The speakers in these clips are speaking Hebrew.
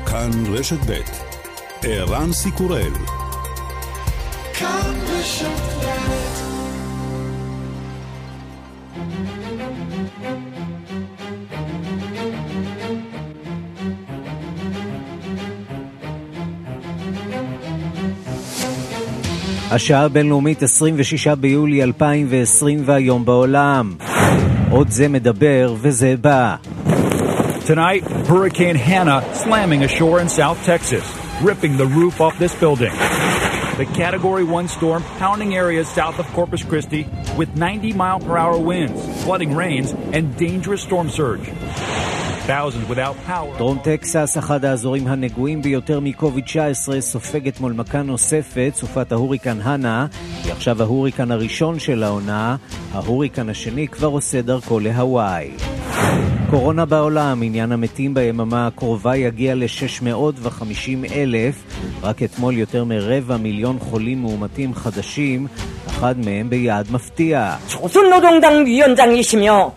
כאן רשת ב' ערן סיקורל. כאן רשת ב'. השעה הבינלאומית 26 ביולי 2020 והיום בעולם. עוד זה מדבר וזה בא. Tonight, Hurricane Hanna slamming ashore in South Texas, ripping the roof off this building. The Category 1 storm pounding areas south of Corpus Christi with 90-mile-per-hour winds, flooding rains, and dangerous storm surge. Thousands without power. דרום טקסס, אחד האזורים הנגועים ביותר מקוביד-19, סופגת מול מכה נוספת, סופת ההוריקן הנה, היא עכשיו ההוריקן הראשון של העונה, ההוריקן השני כבר עושה דרכו להוואי. קורונה בעולם, עניין המתים ביממה הקרובה יגיע ל-650,000, רק אתמול יותר מ250,000 חולים מאומתים חדשים, אחד מהם ביעד מפתיע. 조선노동당 위원장이시며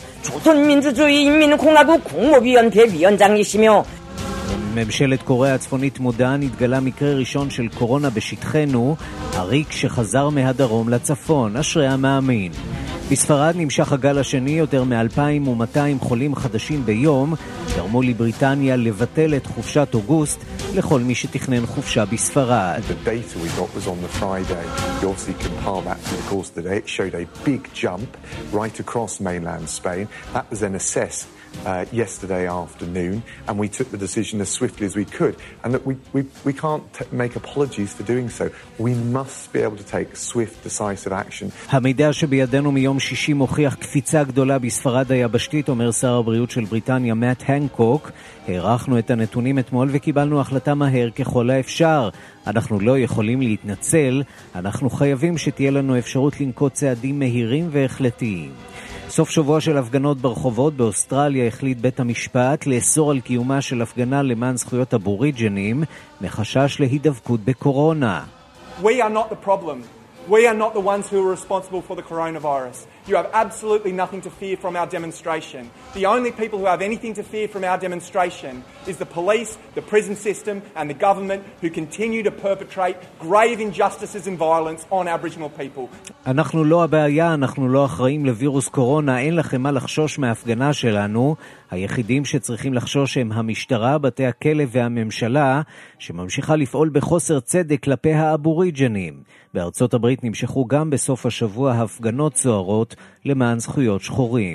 조선민주주의인민공화국 국무위원회 위원장이시며 ממשלת קוריאה הצפונית מודעה, נתגלה מקרה ראשון של קורונה בשטחנו, הריק שחזר מהדרום לצפון, אשרי המאמין. בספרד נמשך הגל השני, יותר מ2,200 חולים חדשים ביום, גרמו לבריטניה לבטל את חופשת אוגוסט לכל מי שתכנן חופשה בספרד. The data we got was on the Friday. You obviously compare that to the course of the day. It showed a big jump right across mainland Spain. That was then assessed yesterday afternoon, and we took the decision as swiftly as we could, and that we can't make apologies for doing so. We must be able to take swift, decisive action. המידע שבידינו מיום שישי מוכיח קפיצה גדולה בספרד היבשתית, אומר שר הבריאות של בריטניה מאט הנקוק. הערכנו את הנתונים אתמול וקיבלנו החלטה מהר ככל האפשר. אנחנו לא יכולים להתנצל, אנחנו חייבים שתהיה לנו אפשרות לנקוט צעדים מהירים והחלטיים. סוף שבוע של הפגנות ברחובות באוסטרליה החליט בית המשפט לאסור על קיומה של הפגנה למען זכויות אבוריג'נים מחשש להידבקות בקורונה. We are not the problem. We are not the ones who are responsible for the coronavirus. You have absolutely nothing to fear from our demonstration. The only people who have anything to fear from our demonstration is the police, the prison system and the government who continue to perpetrate grave injustices and violence on Aboriginal people. אנחנו לא הבעיה, אנחנו לא אחראים לווירוס קורונה, אין לכם מה לחשוש מההפגנה שלנו. היחידים שצריכים לחשוש הם המשטרה, בתי הכלא והממשלה, שממשיכה לפעול בחוסר צדק כלפי האבוריג'נים. בארצות הברית נמשכו גם בסוף השבוע הפגנות סוערות למען זכויות שחורים.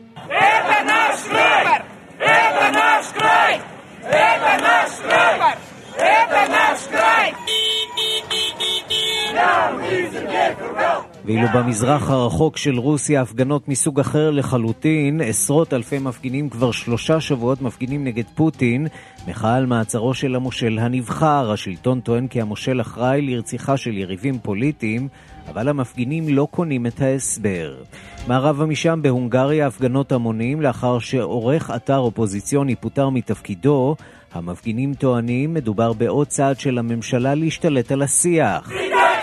ואילו במזרח הרחוק של רוסיה הפגנות מסוג אחר לחלוטין, עשרות אלפי מפגינים כבר 3 שבועות מפגינים נגד פוטין, מחאה על מעצרו של המושל הנבחר. השלטון טוען כי המושל אחראי לרציחה של יריבים פוליטיים, אבל המפגינים לא קונים את ההסבר. מערבה משם בהונגריה הפגנות המונים לאחר שעורך אתר אופוזיציוני פוטר מתפקידו. המפגינים טוענים מדובר בעוד צעד של הממשלה להשתלט על השיח.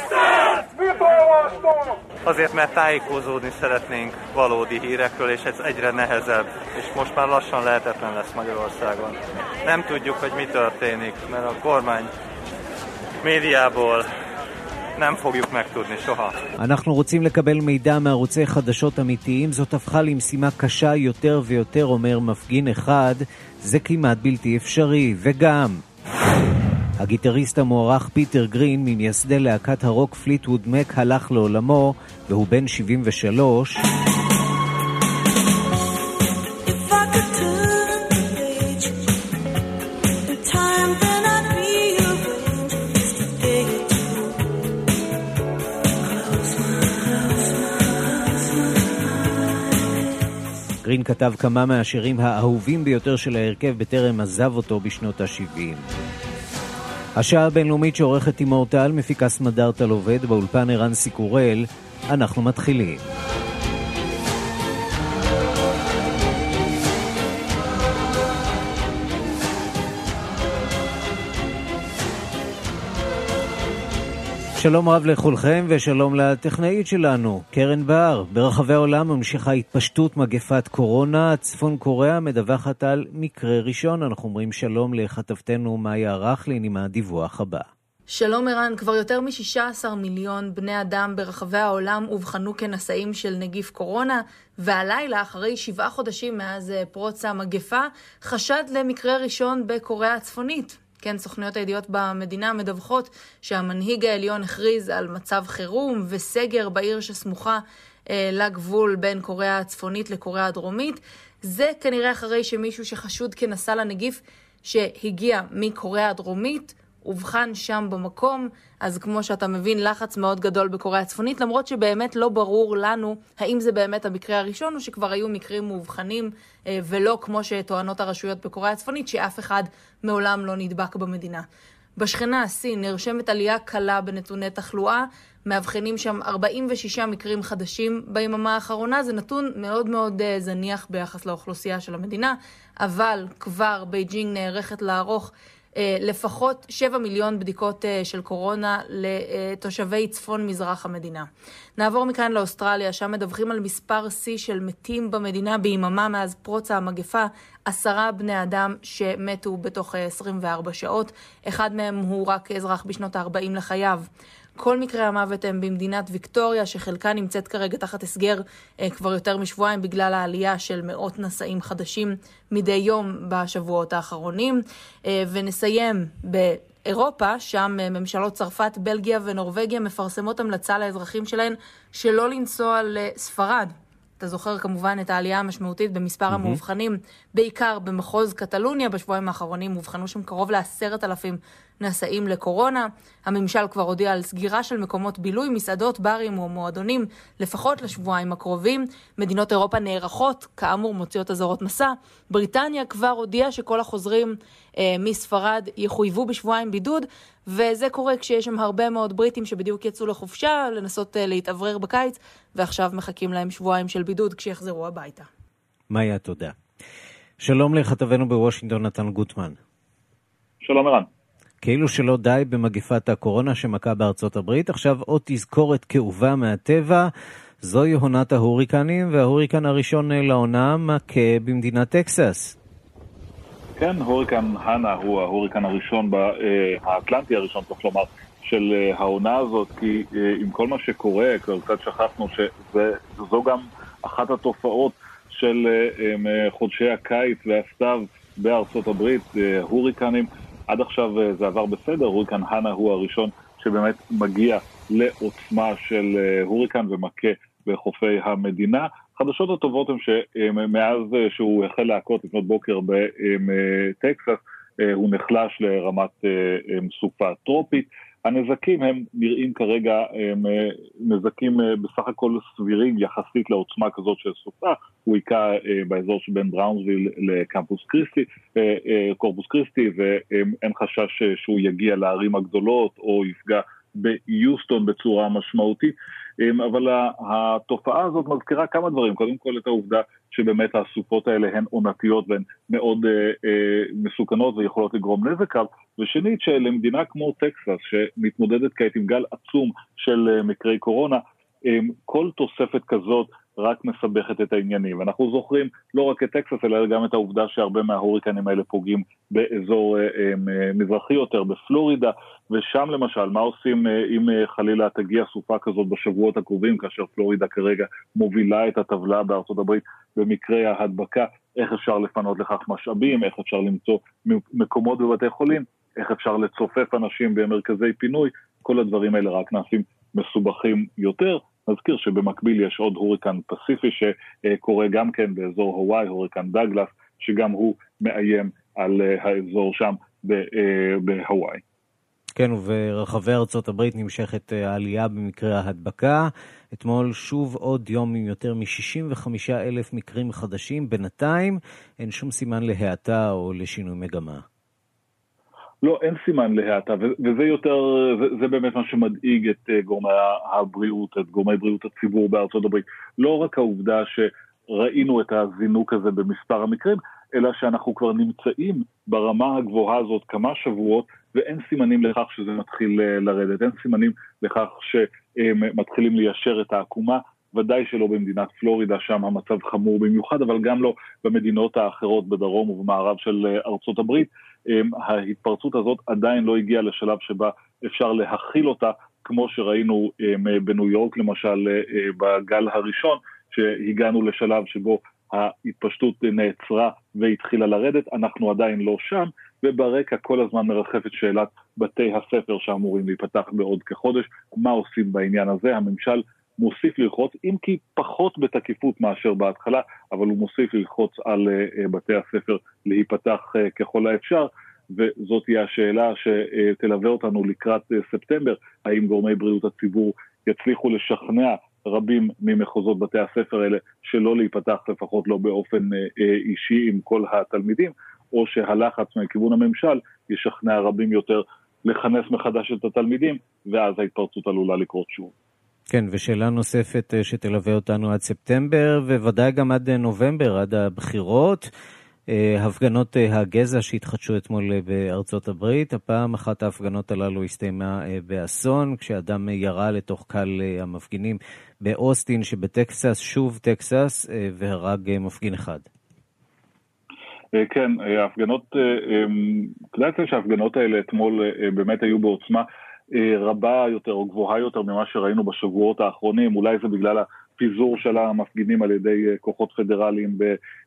Azért, mert tájékozódni szeretnénk valódi hírekről, és ez egyre nehezebb, és most már lassan lehetetlen lesz Magyarországon. Nem tudjuk, hogy mi történik, mert a kormány médiából nem fogjuk megtudni soha. אנחנו רוצים לקבל מידע מערוצי חדשות אמיתיים, זאת הפכה למשימה קשה יותר ויותר, אומר מפגין אחד, זה כמעט בלתי אפשרי. וגם הגיטריסט המוערך פיטר גרין, ממייסדי להקת הרוק פליטווד מק, הלך לעולמו והוא בן 73. גרין כתב כמה מהשירים האהובים ביותר של ההרכב בטרם עזב אותו בשנות ה-70. השעה הבינלאומית שעורכת תימור טל, מפיקה סמדר עובד, באולפן ערן סיקורל. אנחנו מתחילים. שלום רב לכולכם ושלום לטכנאית שלנו, קרן בר. ברחבי העולם ממשיכה התפשטות מגפת קורונה. צפון קוריאה מדווחת על מקרה ראשון. אנחנו אומרים שלום לכתבתנו מאיה רכלין עם הדיווח הבא. שלום ערן, כבר יותר מ-16 מיליון בני אדם ברחבי העולם אובחנו כנשאים של נגיף קורונה, והלילה, אחרי 7 חודשים מאז פרוץ המגפה, חשד למקרה ראשון בקוריאה הצפונית. כן, סוכנויות הידיעות במדינה מדווחות שהמנהיג העליון הכריז על מצב חירום וסגר בעיר שסמוכה לגבול בין קוריאה הצפונית לקוריאה הדרומית. זה כנראה אחרי שמישהו שחשוד כנשא לנגיף שהגיע מקוריאה הדרומית הובחן שם במקום. אז כמו שאתה מבין, לחץ מאוד גדול בקוריאה הצפונית, למרות שבאמת לא ברור לנו האם זה באמת המקרה הראשון או שכבר היו מקרים מובחנים, ולא כמו שטוענות הרשויות בקוריאה הצפונית שאף אחד מעולם לא נדבק במדינה. בשכנה הסין נרשמת עלייה קלה בנתוני תחלואה, מאבחנים שם 46 מקרים חדשים ביממה האחרונה. זה נתון מאוד מאוד זניח ביחס לאוכלוסייה של המדינה, אבל כבר בייג'ינג נערכת לערוך לפחות 7 מיליון בדיקות של קורונה לתושבי צפון מזרח המדינה. נעבור מכאן לאוסטרליה, שם מדווחים על מספר שיא של מתים במדינה ביממה מאז פרוץ המגפה. 10 בני אדם שמתו בתוך 24 שעות. אחד מהם הוא רק אזרח בשנות ה-40 לחייו. כל מקרי המוות הם במדינת ויקטוריה, שחלקה נמצאת כרגע תחת הסגר כבר יותר משבועיים בגלל העלייה של מאות נשאים חדשים מדי יום בשבועות האחרונים. ונסיים באירופה, שם ממשלות צרפת, בלגיה ונורווגיה מפרסמות המלצה לאזרחים שלהן שלא לנסוע לספרד. אתה זוכר כמובן את העלייה המשמעותית במספר המאובחנים, בעיקר במחוז קטלוניה. בשבועיים האחרונים מובחנו שם קרוב ל10,000 נשאים לקורונה. הממשל כבר הודיע על סגירה של מקומות בילוי, מסעדות, ברים או מועדונים, לפחות לשבועיים הקרובים. מדינות אירופה נערכות, כאמור מוציאות אזהרות מסע. בריטניה כבר הודיעה שכל החוזרים מספרד יחויבו בשבועיים בידוד, וזה קורה כשיש שם הרבה מאוד בריטים שבדיוק יצאו לחופשה, לנסות להתאוורר בקיץ, ועכשיו מחכים להם שבועיים של בידוד כשיחזרו הביתה. מאיה, תודה. שלום לכתבנו בוושינגטון נתן גוטמן. שלום ערן. כאילו שלא די במגפת הקורונה שמכה בארצות הברית, עכשיו עוד תזכורת כאובה מהטבע. זוהי עונת ההוריקנים, וההוריקן הראשון לעונה מכה במדינת טקסס. כן, הוריקן הנה הוא ההוריקן הראשון, האטלנטי הראשון, צריך לומר, של העונה הזאת, כי עם כל מה שקורה, כבר קצת שכחנו שזו גם אחת התופעות של חודשי הקיץ והסתיו בארצות הברית, הוריקנים. עד עכשיו זה עבר בסדר, הוריקן הנה הוא הראשון שבאמת מגיע לעוצמה של הוריקן ומכה בחופי המדינה. החדשות הטובות הן שמאז שהוא החל להכות לפנות בוקר בטקסס, הוא נחלש לרמת סופה טרופית. הנזקים הם נראים כרגע נזקים בסך הכל סבירים יחסית לעוצמה כזאת של סופה. הוא עיקה באזור שבין בראונזוויל לקורפוס קריסטי, ואין חשש שהוא יגיע לערים הגדולות או יפגע ביוסטון בצורה משמעותית. אבל התופעה הזאת מזכירה כמה דברים. קודם כל את העובדה שבאמת הסופות האלה הן עונתיות והן מאוד מסוכנות ויכולות לגרום נזק רב. ושנית, שלמדינה כמו טקסס שמתמודדת כעת עם גל עצום של מקרי קורונה, כל תוספת כזאת רק מסבכת את העניינים. אנחנו זוכרים לא רק את טקסס, אלא גם את העובדה שהרבה מההוריקנים האלה פוגעים באזור מזרחי יותר, בפלורידה, ושם למשל, מה עושים אם חלילה תגיע סופה כזאת בשבועות הקרובים, כאשר פלורידה כרגע מובילה את הטבלה בארצות הברית במקרי ההדבקה, איך אפשר לפנות לכך משאבים, איך אפשר למצוא מקומות בבתי חולים, איך אפשר לצופף אנשים במרכזי פינוי, כל הדברים האלה רק נעשים מסובכים יותר. נזכיר שבמקביל יש עוד הוריקן פסיפי שקורה גם כן באזור הוואי, הוריקן דאגלס, שגם הוא מאיים על האזור שם בהוואי. כן, וברחבי ארצות הברית נמשכת העלייה במקרי ההדבקה. אתמול שוב עוד יום עם יותר מ-65,000 מקרים חדשים. בינתיים אין שום סימן להאטה או לשינוי מגמה. לא, אין סימן להאטה, וזה יותר, זה באמת מה שמדאיג את גורמי הבריאות, את גורמי בריאות הציבור בארצות הברית. לא רק העובדה שראינו את הזינוק הזה במספר המקרים, אלא שאנחנו כבר נמצאים ברמה הגבוהה הזאת כמה שבועות, ואין סימנים לכך שזה מתחיל לרדת, אין סימנים לכך שמתחילים ליישר את העקומה, ודאי שלא במדינת פלורידה, שם המצב חמור במיוחד, אבל גם לא במדינות האחרות בדרום ובמערב של ארצות הברית. ההתפרצות הזאת עדיין לא הגיעה לשלב שבה אפשר להכיל אותה, כמו שראינו בניו יורק למשל בגל הראשון, שהגענו לשלב שבו ההתפשטות נעצרה והתחילה לרדת, אנחנו עדיין לא שם, וברקע כל הזמן מרחפת שאלת בתי הספר שאמורים להיפתח בעוד כחודש, מה עושים בעניין הזה? הממשל מוסיף ללחוץ, אם כי פחות בתקיפות מאשר בהתחלה, אבל הוא מוסיף ללחוץ על בתי הספר להיפתח ככל האפשר, וזאת היא השאלה שתלווה אותנו לקראת ספטמבר, האם גורמי בריאות הציבור יצליחו לשכנע רבים ממחוזות בתי הספר האלה שלא להיפתח לפחות לא באופן אישי עם כל התלמידים, או שהלחץ מכיוון הממשל ישכנע רבים יותר לכנס מחדש את התלמידים, ואז ההתפרצות עלולה לקרות שוב. כן, ושאלה נוספת שתלווה אותנו עד ספטמבר, וודאי גם עד נובמבר, עד הבחירות, הפגנות הגזע שהתחדשו אתמול בארצות הברית. הפעם אחת ההפגנות הללו הסתיימה באסון, כשאדם ירה לתוך קהל המפגינים באוסטין שבטקסס, שוב טקסס, והרג מפגין אחד. כן, ההפגנות, כדאי שההפגנות האלה אתמול באמת היו בעוצמה רבה יותר או גבוהה יותר ממה שראינו בשבועות האחרונים, אולי זה בגלל הפיזור של המפגינים על ידי כוחות פדרליים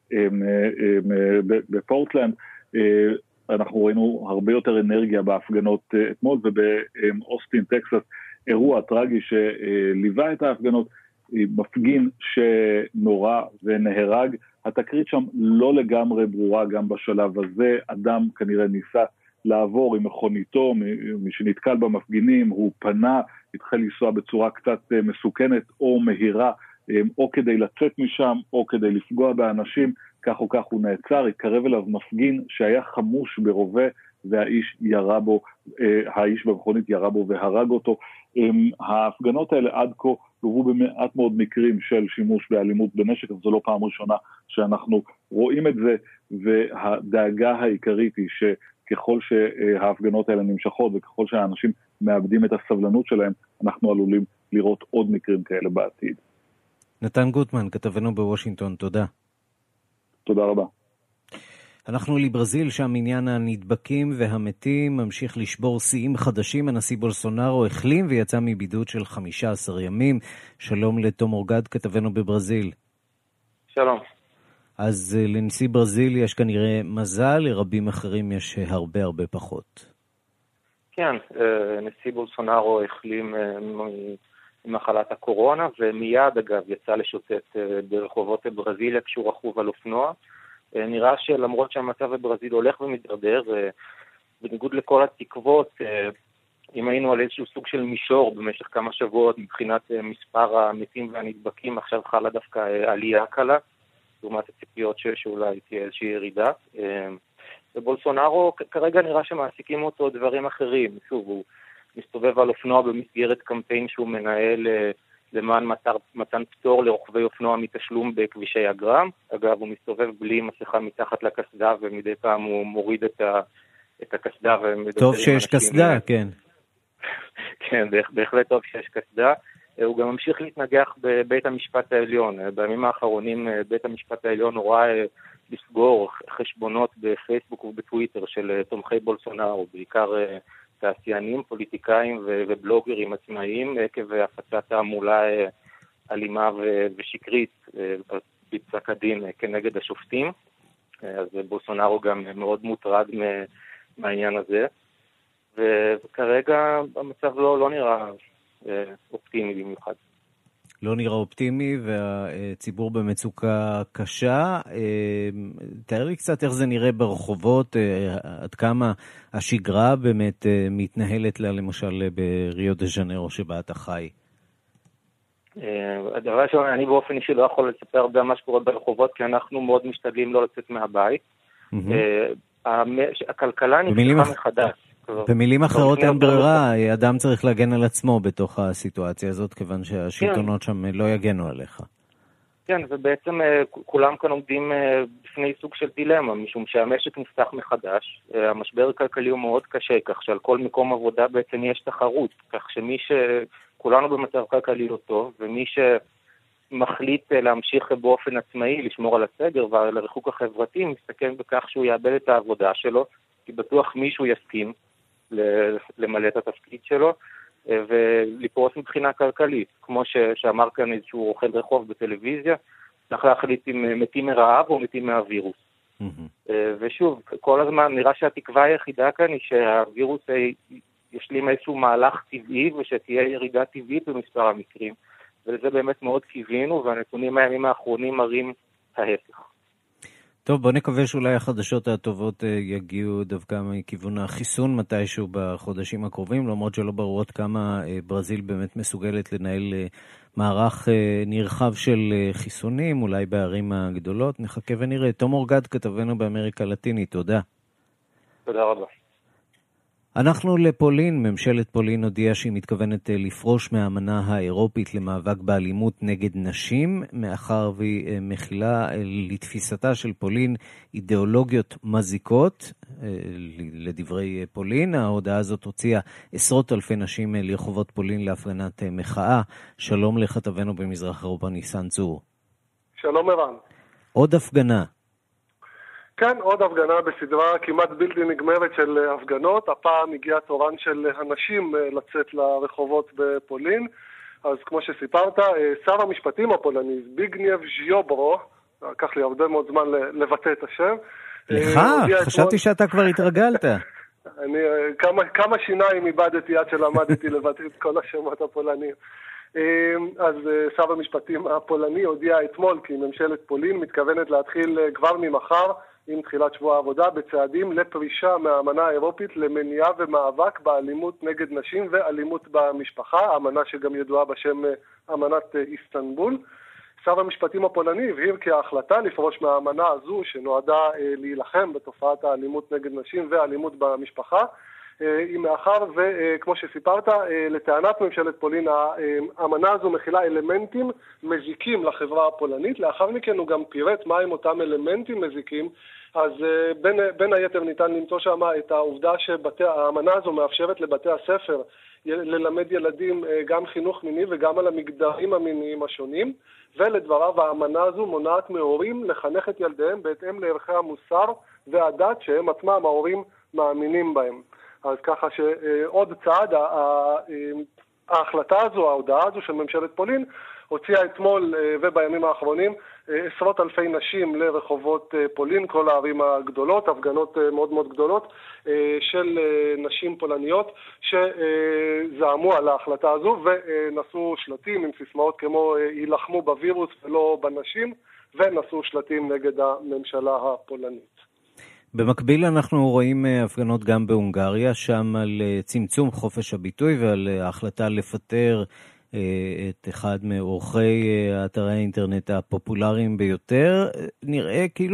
בפורטלנד. אנחנו ראינו הרבה יותר אנרגיה בהפגנות אתמול, ובאוסטין, טקסס, אירוע טרגי שליווה את ההפגנות, מפגין שנורא ונהרג. התקרית שם לא לגמרי ברורה גם בשלב הזה, אדם כנראה ניסה לעבור עם מכוניתו, מי שנתקל במפגינים, הוא פנה, התחיל לנסוע בצורה קצת מסוכנת או מהירה, או כדי לצאת משם, או כדי לפגוע באנשים, כך או כך הוא נעצר, התקרב אליו מפגין שהיה חמוש ברובה, והאיש ירה בו, האיש במכונית ירה בו והרג אותו. ההפגנות האלה עד כה לובו במעט מאוד מקרים של שימוש באלימות בנשק, אז זו לא פעם ראשונה שאנחנו רואים את זה, והדאגה העיקרית היא שככל שההפגנות האלה נמשכות, וככל שהאנשים מאבדים את הסבלנות שלהם, אנחנו עלולים לראות עוד מקרים כאלה בעתיד. נתן גוטמן, כתבנו בוושינגטון, תודה. תודה רבה. אנחנו לברזיל, שם עניין הנדבקים והמתים ממשיך לשבור שיאים חדשים. הנשיא בולסונארו החלים ויצא מבידוד של 15 ימים. שלום לתום אורגד, כתבנו בברזיל. שלום. אז לנשיא ברזיל יש כנראה מזל, לרבים אחרים יש הרבה פחות. כן, נשיא בולסונארו החלים ממחלת הקורונה, ומיד אגב יצא לשוטט ברחובות ברזיליה כשהוא רכוב על אופנוע. נראה שלמרות שהמצב בברזיל הולך ומתדרדר, בניגוד לכל התקוות, אם היינו על איזשהו סוג של מישור במשך כמה שבועות מבחינת מספר המתים והנדבקים, עכשיו חלה דווקא עלייה קלה, לעומת הציפיות שאולי תהיה איזושהי ירידה. ובולסונארו כרגע נראה שמעסיקים אותו דברים אחרים. שוב, הוא מסתובב על אופנוע במסגרת קמפיין שהוא מנהל למען מתן פטור לרוכבי אופנוע מתשלום בכבישי אגרה. אגב, הוא מסתובב בלי מסכה מתחת לקסדה, ומדי פעם הוא מוריד את הקסדה. טוב שיש קסדה, כן. כן, בהחלט טוב שיש קסדה. הוא גם ממשיך להתנגח בבית המשפט העליון. בימים האחרונים בית המשפט העליון הורה לסגור חשבונות בפייסבוק ובטוויטר של תומכי בולסונארו, בעיקר תעשיינים, פוליטיקאים ובלוגרים עצמאיים, עקב הפצת תעמולה אלימה ושקרית בפסק הדין כנגד השופטים. אז בולסונארו גם מאוד מוטרד מהעניין הזה, וכרגע המצב לא נראה אופטימי במיוחד. לא נראה אופטימי, והציבור במצוקה קשה. תאר לי קצת איך זה נראה ברחובות, עד כמה השגרה באמת מתנהלת לה, למשל בריו דה ז'נרו שבה אתה חי. הדבר שאני באופן אישי לא יכול לספר הרבה מה שקורה ברחובות, כי אנחנו מאוד משתדלים לא לצאת מהבית. הכלכלה נפתחה מחדש. במילים אחרות אין ברירה, אדם צריך להגן על עצמו בתוך הסיטואציה הזאת, כיוון שהשלטונות שם לא יגנו עליך. כן, ובעצם כולם כאן עומדים בפני סוג של דילמה, משום שהמשק נפתח מחדש, המשבר הכלכלי הוא מאוד קשה, כך שעל כל מקום עבודה בעצם יש תחרות, כך כולנו במצב כלכלי לא טוב, ומי שמחליט להמשיך באופן עצמאי, לשמור על הסגר ועל הריחוק החברתי, מסתכן בכך שהוא יאבד את העבודה שלו, כי בטוח מישהו יסכים למלא את התפקיד שלו, ולפרוס מבחינה כלכלית, כמו שאמר כאן איזשהו רוכב רחוב בטלוויזיה, צריך להחליט אם מתים מרעב או מתים מהווירוס. ושוב, כל הזמן נראה שהתקווה היחידה כאן היא שהווירוס ישלים איזשהו מהלך טבעי ושתהיה ירידה טבעית במספר המקרים, ולזה באמת מאוד קיווינו, והנתונים מהימים האחרונים מראים ההפך. טוב, בוא נקווה שאולי החדשות הטובות יגיעו דווקא מכיוון החיסון מתישהו בחודשים הקרובים, למרות שלא ברור עוד כמה ברזיל באמת מסוגלת לנהל מערך נרחב של חיסונים, אולי בערים הגדולות. נחכה ונראה. תום אורגד, כתבנו באמריקה לטינית, תודה. תודה רבה. אנחנו לפולין. ממשלת פולין הודיעה שהיא מתכוונת לפרוש מהאמנה האירופית למאבק באלימות נגד נשים, מאחר והיא מכילה לתפיסתה של פולין אידיאולוגיות מזיקות. לדברי פולין, ההודעה הזאת הוציאה עשרות אלפי נשים לרחובות פולין להפגנת מחאה. שלום לכתבנו במזרח אירופה ניסן צור. שלום ערן. עוד הפגנה. כן, עוד הפגנה בסדרה כמעט בלתי נגמרת של הפגנות. הפעם הגיע תורן של הנשים לצאת לרחובות בפולין. אז כמו שסיפרת, שר המשפטים הפולני, זביגנייב ז'יוברו, לקח לי הרבה מאוד זמן לבטא את השם. לך? חשבתי שאתה כבר התרגלת. אני כמה שיניים איבדתי עד שלמדתי לבטא את כל השמות הפולניים. אז שר המשפטים הפולני הודיע אתמול כי ממשלת פולין מתכוונת להתחיל כבר ממחר עם תחילת שבוע העבודה בצעדים לפרישה מהאמנה האירופית למניעה ומאבק באלימות נגד נשים ואלימות במשפחה, האמנה שגם ידועה בשם אמנת איסטנבול. שר המשפטים הפולני הבהיר כי ההחלטה לפרוש מהאמנה הזו שנועדה להילחם בתופעת האלימות נגד נשים ואלימות במשפחה, היא מאחר וכמו שסיפרת, לטענת ממשלת פולין, האמנה הזו מכילה אלמנטים מזיקים לחברה הפולנית. לאחר מכן הוא גם פירט מהם אותם אלמנטים מזיקים, אז בין היתר ניתן למצוא שם את העובדה שהאמנה הזו מאפשרת לבתי הספר ללמד ילדים גם חינוך מיני וגם על המגדרים המיניים השונים, ולדבריו האמנה הזו מונעת מהורים לחנך את ילדיהם בהתאם לערכי המוסר והדת שהם עצמם ההורים מאמינים בהם. אז ככה שעוד צעד, ההחלטה הזו, ההודעה הזו של ממשלת פולין, הוציאה אתמול ובימים האחרונים עשרות אלפי נשים לרחובות פולין, כל הערים הגדולות, הפגנות מאוד מאוד גדולות של נשים פולניות שזעמו על ההחלטה הזו ונשאו שלטים עם סיסמאות כמו ילחמו בווירוס ולא בנשים, ונשאו שלטים נגד הממשלה הפולנית. במקביל אנחנו רואים הפגנות גם בהונגריה, שם על צמצום חופש הביטוי ועל ההחלטה לפטר את אחד מעורכי אתרי האינטרנט הפופולריים ביותר. נראה כאילו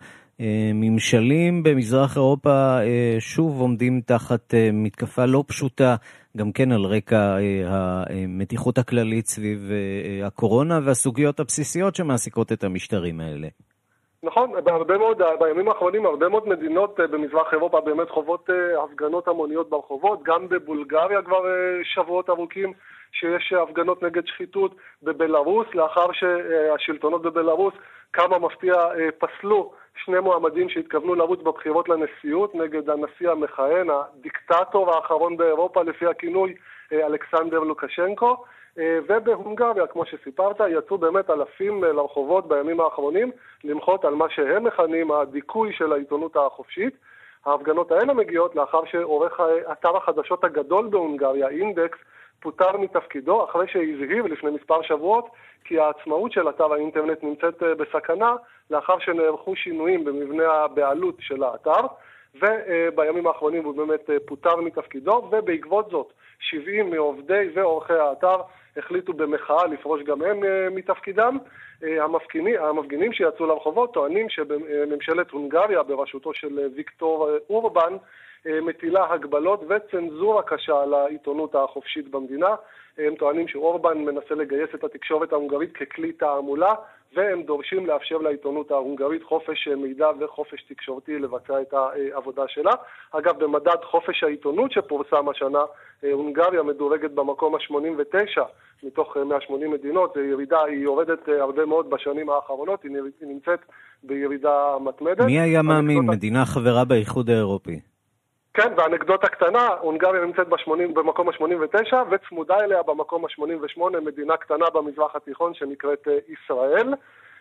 שהממשלים במזרח אירופה שוב עומדים תחת מתקפה לא פשוטה, גם כן על רקע המתיחות הכללית סביב הקורונה והסוגיות הבסיסיות שמעסיקות את המשטרים האלה. נכון, בימים האחרונים הרבה מאוד מדינות במזרח אירופה באמת חוות הפגנות המוניות ברחובות, גם בבולגריה כבר שבועות ארוכים שיש הפגנות נגד שחיתות, בבלרוס, לאחר שהשלטונות בבלרוס כמה מפתיע פסלו שני מועמדים שהתכוונו לרוץ בבחירות לנשיאות נגד הנשיא המכהן, הדיקטטור האחרון באירופה לפי הכינוי אלכסנדר לוקשנקו, ובהונגריה, כמו שסיפרת, יצאו באמת אלפים לרחובות בימים האחרונים למחות על מה שהם מכנים הדיכוי של העיתונות החופשית. ההפגנות האלה מגיעות לאחר שעורך אתר החדשות הגדול בהונגריה, אינדקס, פוטר מתפקידו אחרי שהזהיר לפני מספר שבועות כי העצמאות של אתר האינטרנט נמצאת בסכנה לאחר שנערכו שינויים במבנה הבעלות של האתר, ובימים האחרונים הוא באמת פוטר מתפקידו, ובעקבות זאת 70 מעובדי ועורכי האתר החליטו במחאה לפרוש גם הם מתפקידם. המפגינים שיצאו לרחובות טוענים שבממשלת הונגריה בראשותו של ויקטור אורבן מטילה הגבלות וצנזורה קשה על העיתונות החופשית במדינה. הם טוענים שאורבן מנסה לגייס את התקשורת ההונגרית ככלי תעמולה והם דורשים לאפשר לעיתונות ההונגרית חופש מידע וחופש תקשורתי לבצע את העבודה שלה. אגב, במדד חופש העיתונות שפורסם השנה, הונגריה מדורגת במקום ה-89 מתוך 180 מדינות. ירידה, היא יורדת הרבה מאוד בשנים האחרונות, היא נמצאת בירידה מתמדת. מי היה מאמין? מדינה חברה באיחוד האירופי. כן, והאנקדוטה קטנה, הונגריה נמצאת במקום ה-89, וצמודה אליה במקום ה-88, מדינה קטנה במזרח התיכון שנקראת ישראל.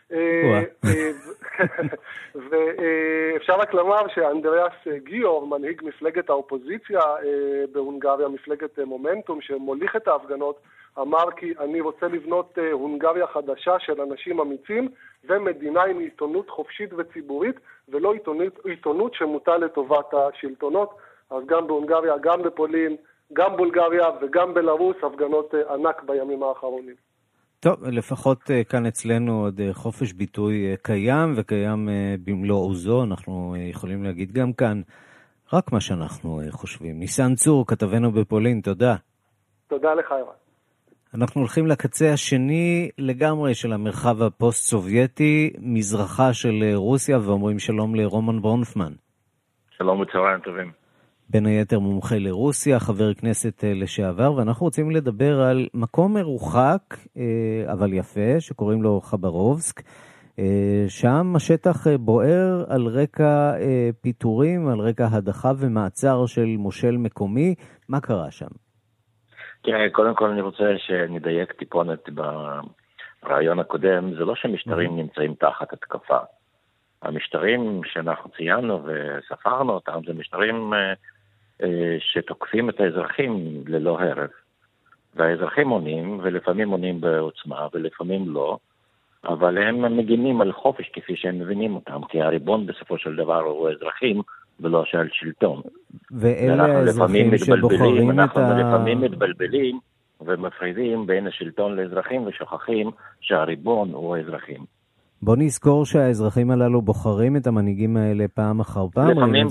ואפשר רק לומר שאנדריאס גיור, מנהיג מפלגת האופוזיציה בהונגריה, מפלגת מומנטום שמוליך את ההפגנות, אמר כי אני רוצה לבנות הונגריה חדשה של אנשים אמיצים ומדינה עם עיתונות חופשית וציבורית ולא עיתונות שמוטה לטובת השלטונות. אז גם בהונגריה, גם בפולין, גם בולגריה וגם בלרוס הפגנות ענק בימים האחרונים. טוב, לפחות כאן אצלנו עוד חופש ביטוי קיים וקיים במלוא עוזו. אנחנו יכולים להגיד גם כאן רק מה שאנחנו חושבים. ניסן צור, כתבנו בפולין, תודה. תודה לך, אירן. אנחנו הולכים לקצה השני לגמרי של המרחב הפוסט-סובייטי, מזרחה של רוסיה, ואומרים שלום לרומן ברונפמן. שלום וצהריים טובים. בין היתר מומחה לרוסיה, חבר כנסת לשעבר, ואנחנו רוצים לדבר על מקום מרוחק, אבל יפה, שקוראים לו חברובסק. שם השטח בוער על רקע פיטורים, על רקע הדחה ומעצר של מושל מקומי. מה קרה שם? תראה, קודם כל אני רוצה שנדייק טיפונת ברעיון הקודם. זה לא שמשטרים נמצאים תחת התקפה. המשטרים שאנחנו ציינו וספרנו אותם, זה משטרים שתוקפים את האזרחים ללא הרף. והאזרחים עונים, ולפעמים עונים בעוצמה, ולפעמים לא, אבל הם מגינים על חופש כפי שהם מבינים אותם, כי הריבון בסופו של דבר הוא אזרחים, ולא של שלטון. ואלה האזרחים שבוחרים את אנחנו לפעמים מתבלבלים ומפרידים בין השלטון לאזרחים, ושוכחים שהריבון הוא האזרחים. בוא נזכור שהאזרחים הללו בוחרים את המנהיגים האלה פעם אחר פעם. לפעמים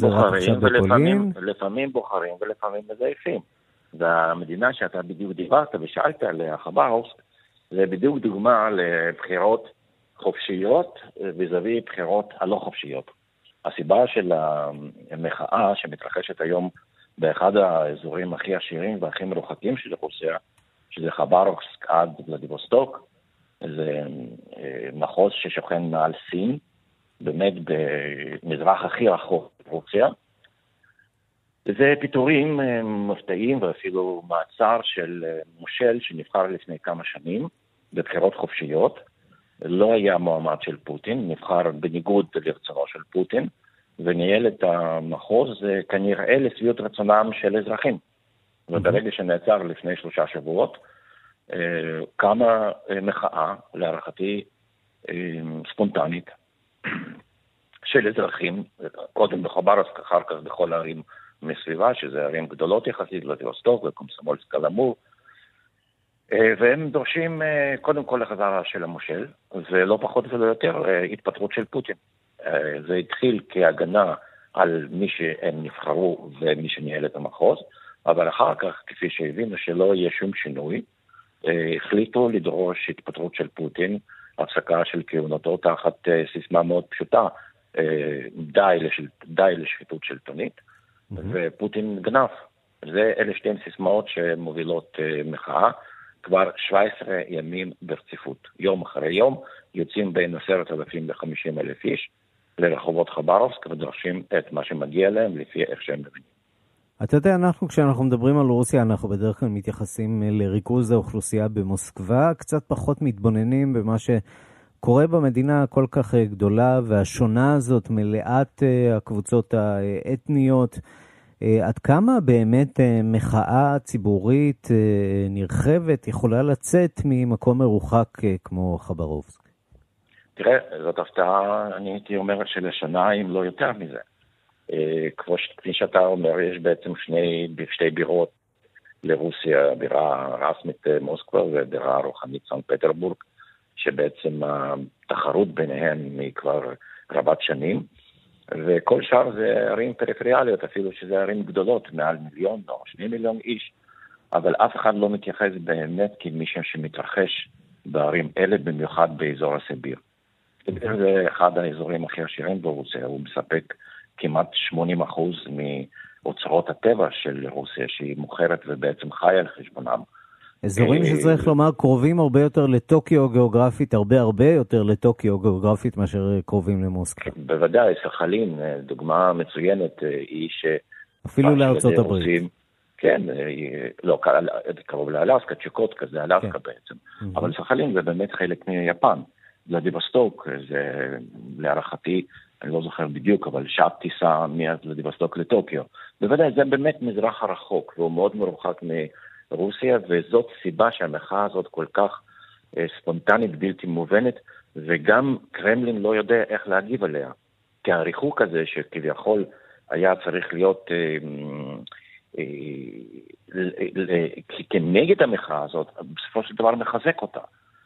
בוחרים ולפעמים מזייפים. והמדינה שאתה בדיוק דיברת ושאלת עליה, חברובסק, זה בדיוק דוגמה לבחירות חופשיות וזווי בחירות הלא חופשיות. הסיבה של המחאה שמתרחשת היום באחד האזורים הכי עשירים והכי מרוחקים של רוסיה, שזה חברובסק עד ולדיווסטוק, זה מחוז ששוכן מעל סין, באמת במזרח הכי רחוק ברוסיה. זה פיטורים מפתיעים ואפילו מעצר של מושל שנבחר לפני כמה שנים בבחירות חופשיות. לא היה מועמד של פוטין, נבחר בניגוד לרצונו של פוטין, וניהל את המחוז כנראה לשביעות רצונם של אזרחים. וברגע שנעצר לפני 3 שבועות, קמה מחאה, להערכתי ספונטנית, של אזרחים, קודם בחברובסק, אחר כך בכל הערים מסביבה, שזה ערים גדולות יחסית, ולדיווסטוק וקומסומולסק על אמור, והם דורשים קודם כל לחזרה של המושל, ולא פחות ולא יותר התפטרות של פוטין. זה התחיל כהגנה על מי שהם נבחרו ומי שניהל את המחוז, אבל אחר כך, כפי שהבינו שלא יהיה שום שינוי, החליטו לדרוש התפטרות של פוטין, הפסקה של כהונתו תחת סיסמה מאוד פשוטה, די לשחיתות שלטונית, ופוטין גנב. אלה שתי סיסמאות שמובילות מחאה, כבר 17 ימים ברציפות. יום אחרי יום יוצאים בין 10,000 ל-50,000 איש לרחובות חברובסק ודורשים את מה שמגיע להם לפי איך שהם מבינים. אתה יודע, כשאנחנו מדברים על רוסיה, אנחנו בדרך כלל מתייחסים לריכוז האוכלוסייה במוסקבה, קצת פחות מתבוננים במה שקורה במדינה כל כך גדולה, והשונה הזאת מלאת הקבוצות האתניות. עד כמה באמת מחאה ציבורית נרחבת יכולה לצאת ממקום מרוחק כמו חברובסק? תראה, זאת הפתעה, אני הייתי אומר שלשנה, אם לא יותר מזה. כפי שאתה אומר, יש בעצם שתי בירות לרוסיה, בירה רסמית מוסקבה ובירה רוחנית סנט פטרבורג, שבעצם התחרות ביניהן היא כבר רבת שנים, וכל שאר זה ערים פריפריאליות, אפילו שזה ערים גדולות, מעל 1 מיליון או 2 מיליון איש, אבל אף אחד לא מתייחס באמת כמישהו שמתרחש בערים אלה, במיוחד באזור הסיביר. זה אחד האזורים הכי עשירים ברוסיה, הוא מספק כמעט 80% מאוצרות הטבע של רוסיה, שהיא מוכרת ובעצם חיה על חשבונם. אזורים שצריך לומר קרובים הרבה יותר לטוקיו גיאוגרפית, הרבה יותר לטוקיו גיאוגרפית מאשר קרובים למוסקבה. בוודאי, סחלין, דוגמה מצוינת, היא ש... אפילו לארצות הברית. כן, לא, קרוב לאלסקה, צ'קוטקה, זה אלסקה בעצם. אבל סחלין זה באמת חלק מיפן. ולדיווסטוק, זה להערכתי, אני לא זוכר בדיוק, אבל שעת טיסה מלדיווסטוק לטוקיו. בוודאי, זה באמת מזרח הרחוק, והוא מאוד מרוחק מרוסיה, וזאת סיבה שהמחאה הזאת כל כך ספונטנית, בלתי מובנת, וגם קרמלין לא יודע איך להגיב עליה. כי הריחוק הזה שכביכול היה צריך להיות כנגד המחאה הזאת, בסופו של דבר מחזק אותה.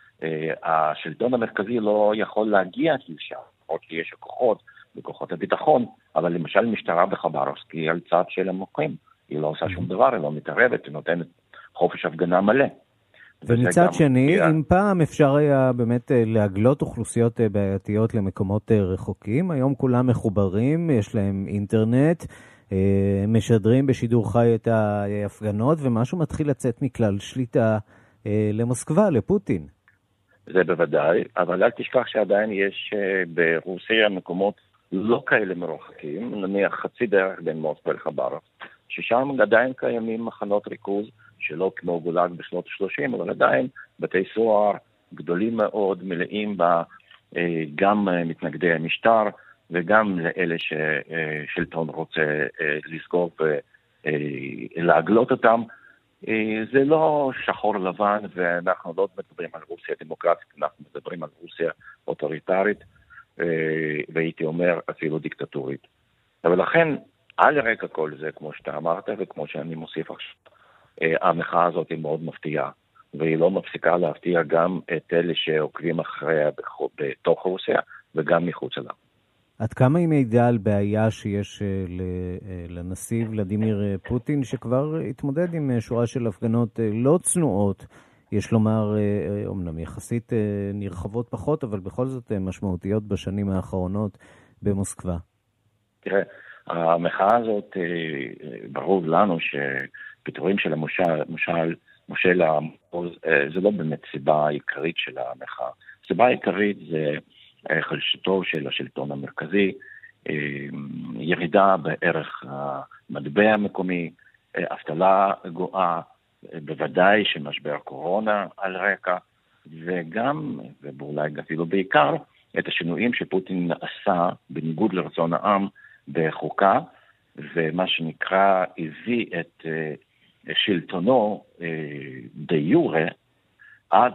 השלטון המרכזי לא יכול להגיע לשם, עוד שיש כוחות בכוחות הביטחון, אבל למשל משטרה בחברובסק היא על צד של המוחים, היא לא עושה שום דבר, היא לא מתערבת, היא נותנת חופש הפגנה מלא. ומצד שני, אם פעם אפשר היה באמת להגלות אוכלוסיות בעייתיות למקומות רחוקים, היום כולם מחוברים, יש להם אינטרנט, משדרים בשידור חי את ההפגנות, ומשהו מתחיל לצאת מכלל שליטה למוסקבה, לפוטין. זה בוודאי, אבל אל תשכח שעדיין יש ברוסיה מקומות לא כאלה מרוחקים, נניח חצי דרך בין מוסקבה לחברובסק, ששם עדיין קיימים מחנות ריכוז, שלא כמו גולאג בשנות ה-30, אבל עדיין בתי סוהר גדולים מאוד, מלאים בה גם מתנגדי המשטר, וגם לאלה ששלטון רוצה לסגור ולהגלות אותם. זה לא שחור לבן, ואנחנו לא מדברים על רוסיה דמוקרטית, אנחנו מדברים על רוסיה אוטוריטרית, והייתי אומר אפילו דיקטטורית. אבל לכן, על רקע כל זה, כמו שאתה אמרת, וכמו שאני מוסיף עכשיו, המחאה הזאת היא מאוד מפתיעה, והיא לא מפסיקה להפתיע גם את אלה שעוקבים אחריה בתוך רוסיה, וגם מחוץ אליו. עד כמה היא מעידה על בעיה שיש לנשיא ולדימיר פוטין, שכבר התמודד עם שורה של הפגנות לא צנועות, יש לומר, אומנם יחסית נרחבות פחות, אבל בכל זאת משמעותיות בשנים האחרונות במוסקבה? תראה, המחאה הזאת, ברור לנו שפיטורים של מושל זה לא באמת סיבה העיקרית של המחאה. הסיבה העיקרית זה חלשתו של השלטון המרכזי, ירידה בערך המטבע המקומי, אבטלה גואה, בוודאי שמשבר קורונה על רקע, וגם, ואולי אפילו בעיקר, את השינויים שפוטין עשה בניגוד לרצון העם בחוקה, ומה שנקרא הביא את שלטונו דה יורה עד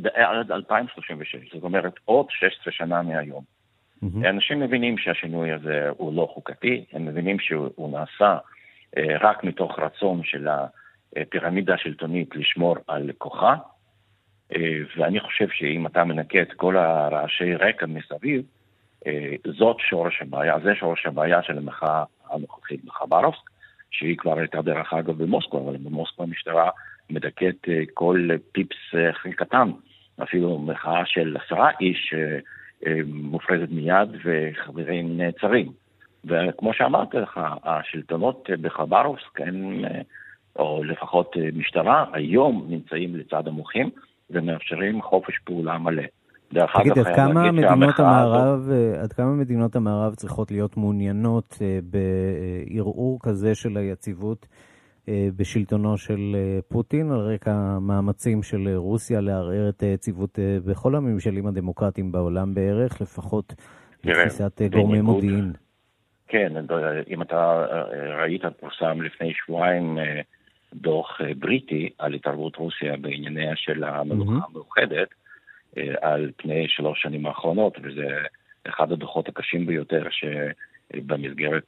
2036, זאת אומרת עוד 16 שנה מהיום. אנשים מבינים שהשינוי הזה הוא לא חוקתי, הם מבינים שהוא נעשה רק מתוך רצון של הפירמידה השלטונית לשמור על כוחה, ואני חושב שאם אתה מנקה את כל הרעשי רקע מסביב, זאת שורש הבעיה, זה שורש הבעיה של המחאה הנוכחית בחברובסק, שהיא כבר הייתה דרך אגב במוסקבה, אבל במוסקבה המשטרה מדכאת כל פיפס הכי קטן, אפילו מחאה של 10 איש מופרזת מיד וחברים נעצרים. וכמו שאמרתי לך, השלטונות בחברובסק, או לפחות משטרה, היום נמצאים לצד המוחים ומאפשרים חופש פעולה מלא. תגיד, עד כמה מדינות המערב צריכות להיות מעוניינות בערעור כזה של היציבות בשלטונו של פוטין, על רקע מאמצים של רוסיה לערער את היציבות בכל הממשלים הדמוקרטיים בעולם בערך, לפחות לתפיסת גורמי מודיעין? כן, אם אתה ראית פורסם לפני שבועיים דוח בריטי על התערבות רוסיה בענייניה של המלוכה המאוחדת, על פני 3 שנים האחרונות, וזה אחד הדוחות הקשים ביותר שבמסגרת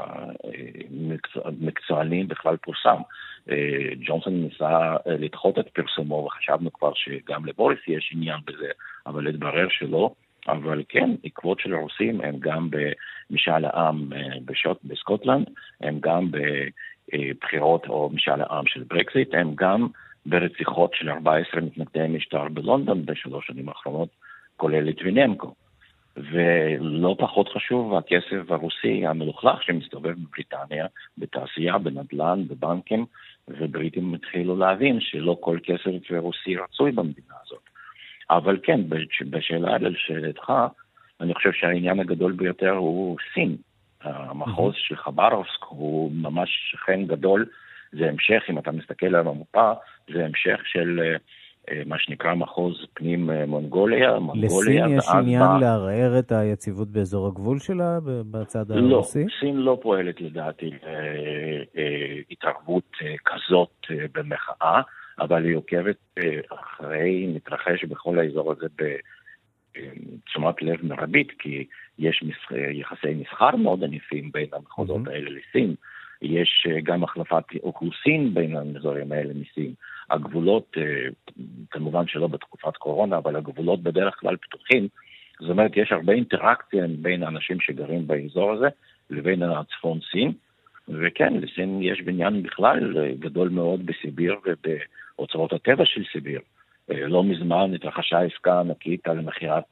המקצוענים בכלל פורסם. ג'ונסון ניסה לדחות את פרסומו, וחשבנו כבר שגם לבוריס יש עניין בזה, אבל התברר שלא. אבל כן, עקבות של הרוסים הם גם במשאל העם בסקוטלנד, הם גם בבחירות או משאל העם של ברקזיט, הם גם ברציחות של 14 מתנגדי משטר בלונדון ב3 שנים האחרונות, כולל ליטביננקו. ולא פחות חשוב, הכסף הרוסי המלוכלך שמסתובב בבריטניה, בתעשייה, בנדל"ן, בבנקים, ובריטים התחילו להבין שלא כל כסף רוסי רצוי במדינה הזאת. אבל כן, בשאלה על שאלתך, אני חושב שהעניין הגדול ביותר הוא סין. המחוז של חברובסק הוא ממש שכן גדול, זה המשך, אם אתה מסתכל על המפה, זה המשך של מה שנקרא מחוז פנים מונגוליה. לסין יש עניין לערער את היציבות באזור הגבול שלה בצד הרוסי? לא, סין לא פועלת לדעתי התערבות כזאת במחאה, אבל היא עוקבת אחרי מתרחש בכל האזור הזה בתשומת לב מרבית, כי יש יחסי מסחר מאוד ענפים בין המחוזות האלה לסין, יש גם החלפת אוכלוסין בין האזורים האלה מסין. הגבולות, כמובן שלא בתקופת קורונה, אבל הגבולות בדרך כלל פתוחים, זאת אומרת יש הרבה אינטראקציה בין האנשים שגרים באזור הזה לבין הצפון סין, וכן, לסין יש בניין בכלל גדול מאוד בסיביר ובאוצרות הטבע של סיביר. לא מזמן התרחשה עסקה ענקית על מחירת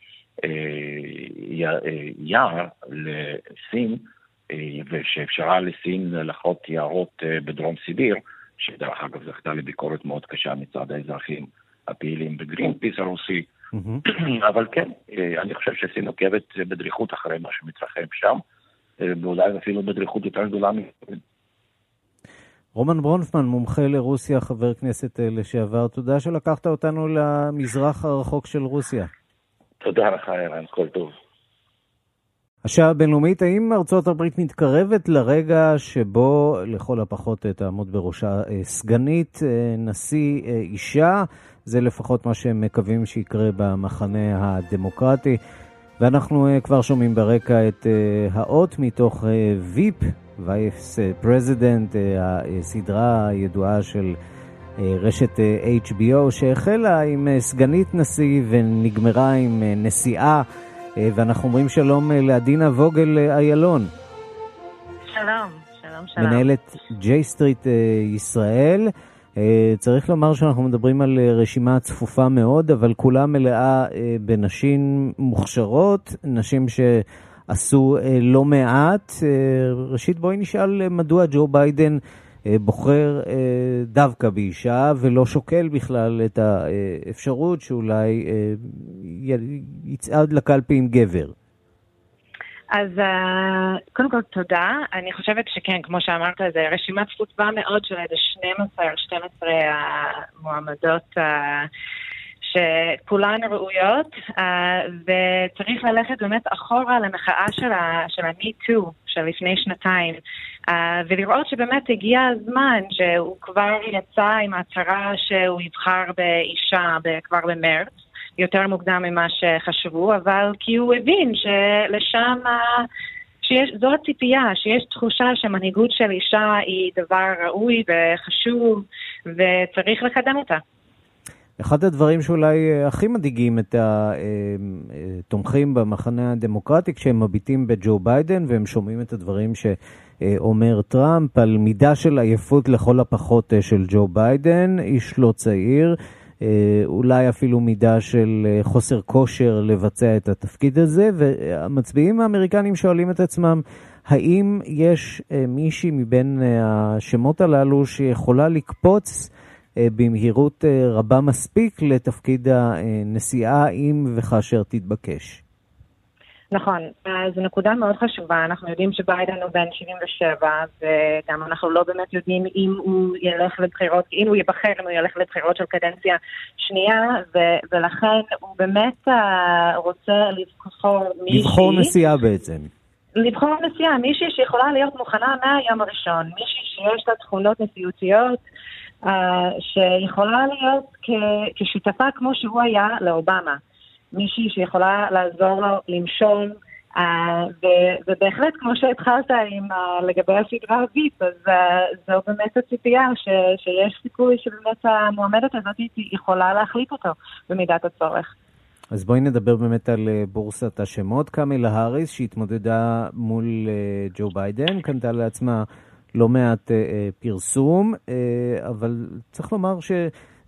יער לסין, ושאפשרה לסין לחרות יערות בדרום סיביר, שדרך אגב זכתה לביקורת מאוד קשה מצד האזרחים הפעילים בגרינפיס הרוסי. אבל כן, אני חושב שסין עוקבת בדריכות אחרי מה שמתרחב שם, ואולי אפילו בדריכות יותר גדולה מכן. רומן ברונפמן, מומחה לרוסיה, חבר כנסת לשעבר, תודה שלקחת אותנו למזרח הרחוק של רוסיה. תודה לך, ערן, כל טוב. השעה הבינלאומית, האם ארצות הברית מתקרבת לרגע שבו לכל הפחות תעמוד בראשה סגנית נשיא אישה? זה לפחות מה שהם מקווים שיקרה במחנה הדמוקרטי. ואנחנו כבר שומעים ברקע את האות מתוך ויפ, וייס פרזידנט, הסדרה הידועה של רשת HBO, שהחלה עם סגנית נשיא ונגמרה עם נשיאה, ואנחנו אומרים שלום לעדינה ווגל איילון. שלום, שלום, שלום. מנהלת ג'יי סטריט ישראל. צריך לומר שאנחנו מדברים על רשימה צפופה מאוד, אבל כולה מלאה בנשים מוכשרות, נשים שעשו לא מעט. ראשית בואי נשאל מדוע ג'ו ביידן בוחר דווקא באישה ולא שוקל בכלל את האפשרות שאולי יצעד לקלפי עם גבר. אז קודם כל תודה. אני חושבת שכן, כמו שאמרת, זה רשימה צפופה מאוד של 12 המועמדות שכולן ראויות, וצריך ללכת באמת אחורה למחאה של ה-Me Too של לפני שנתיים, ולראות שבאמת הגיע הזמן שהוא כבר יצא עם הצהרה שהוא יבחר באישה כבר במרץ, יותר מוקדם ממה שחשבו, אבל כי הוא הבין שלשם זו הציפייה, שיש תחושה שמנהיגות של אישה היא דבר ראוי וחשוב וצריך לקדם אותה. אחד הדברים שאולי הכי מדאיגים את התומכים במחנה הדמוקרטי כשהם מביטים בג'ו ביידן והם שומעים את הדברים שאומר טראמפ על מידה של עייפות לכל הפחות של ג'ו ביידן, איש לא צעיר, אולי אפילו מידה של חוסר כושר לבצע את התפקיד הזה, והמצביעים האמריקנים שואלים את עצמם, האם יש מישהי מבין השמות הללו שיכולה לקפוץ במהירות רבה מספיק לתפקיד הנשיאה אם וכאשר תתבקש? נכון, זו נקודה מאוד חשובה. אנחנו יודעים שביידן הוא בן 77, וגם אנחנו לא באמת יודעים אם הוא ילך לבחירות, אם הוא יבחר, אם הוא ילך לבחירות של קדנציה שנייה, ולכן הוא באמת רוצה לבחור מישהי. לבחור נשיאה בעצם. לבחור נשיאה, מישהי שיכולה להיות מוכנה מהיום הראשון, מישהי שיש לה תכונות נשיאותיות, שיכולה להיות כשותפה כמו שהוא היה לאובמה. מישהי שיכולה לעזור לו למשול, ובהחלט כמו שהתחלת לגבי הסדרה הוויפ, אז זו באמת הציפייה שיש סיכוי שבאמת המועמדת הזאת יכולה להחליט אותו במידת הצורך. אז בואי נדבר באמת על בורסת השמות. קמלה האריס שהתמודדה מול ג'ו ביידן, קנתה לעצמה לא מעט פרסום, אבל צריך לומר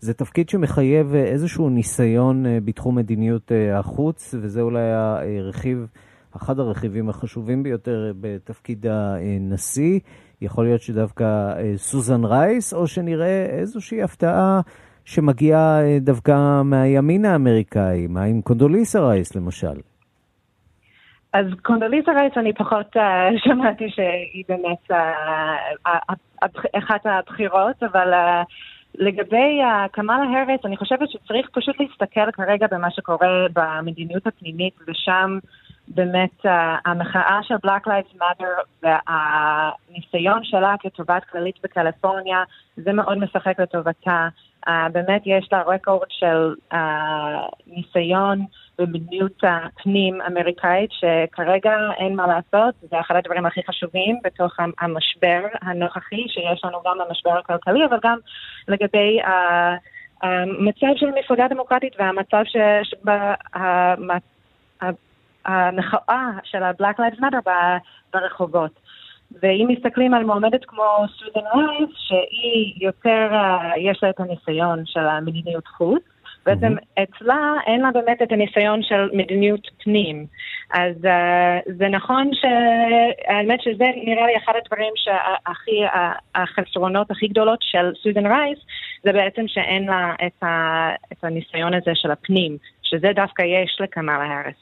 זה תפקיד שמחייב איזשהו ניסיון בתחום מדיניות החוץ, וזה אולי אחד הרכיבים החשובים ביותר בתפקיד הנשיא. יכול להיות שדווקא סוזן רייס, או שנראה איזושהי הפתעה שמגיעה דווקא מהימין האמריקאי, מה עם קונדוליסה רייס למשל? אז קונדוליסה רייס אני פחות שמעתי שהיא באמת אחת הבחירות, אבל לגבי קמאלה האריס, אני חושבת שצריך פשוט להסתכל כרגע במה שקורה במדיניות הפנימית, ושם באמת המחאה של Black Lives Matter והניסיון שלה כתובעת כללית בקליפורניה, זה מאוד משחק לטובתה. באמת יש לה רקורד של ניסיון במדיניות הפנים אמריקאית, שכרגע אין מה לעשות, זה אחד הדברים הכי חשובים בתוך המשבר הנוכחי, שיש לנו גם המשבר הכלכלי, אבל גם לגבי המצב של המפלגה הדמוקרטית והמצב המחאה של ה-Black Lives Matter ברחובות. ואם מסתכלים על מועמדת כמו סוזן רייס, שהיא יותר, יש לה את הניסיון של המדיניות חוץ, בעצם אצלה אין לה באמת את הניסיון של מדיניות פנים. אז זה נכון שהאמת שזה נראה לי אחד הדברים החסרונות הכי גדולות של סוזן רייס, זה בעצם שאין לה את הניסיון הזה של הפנים, שזה דווקא יש לקמאלה האריס.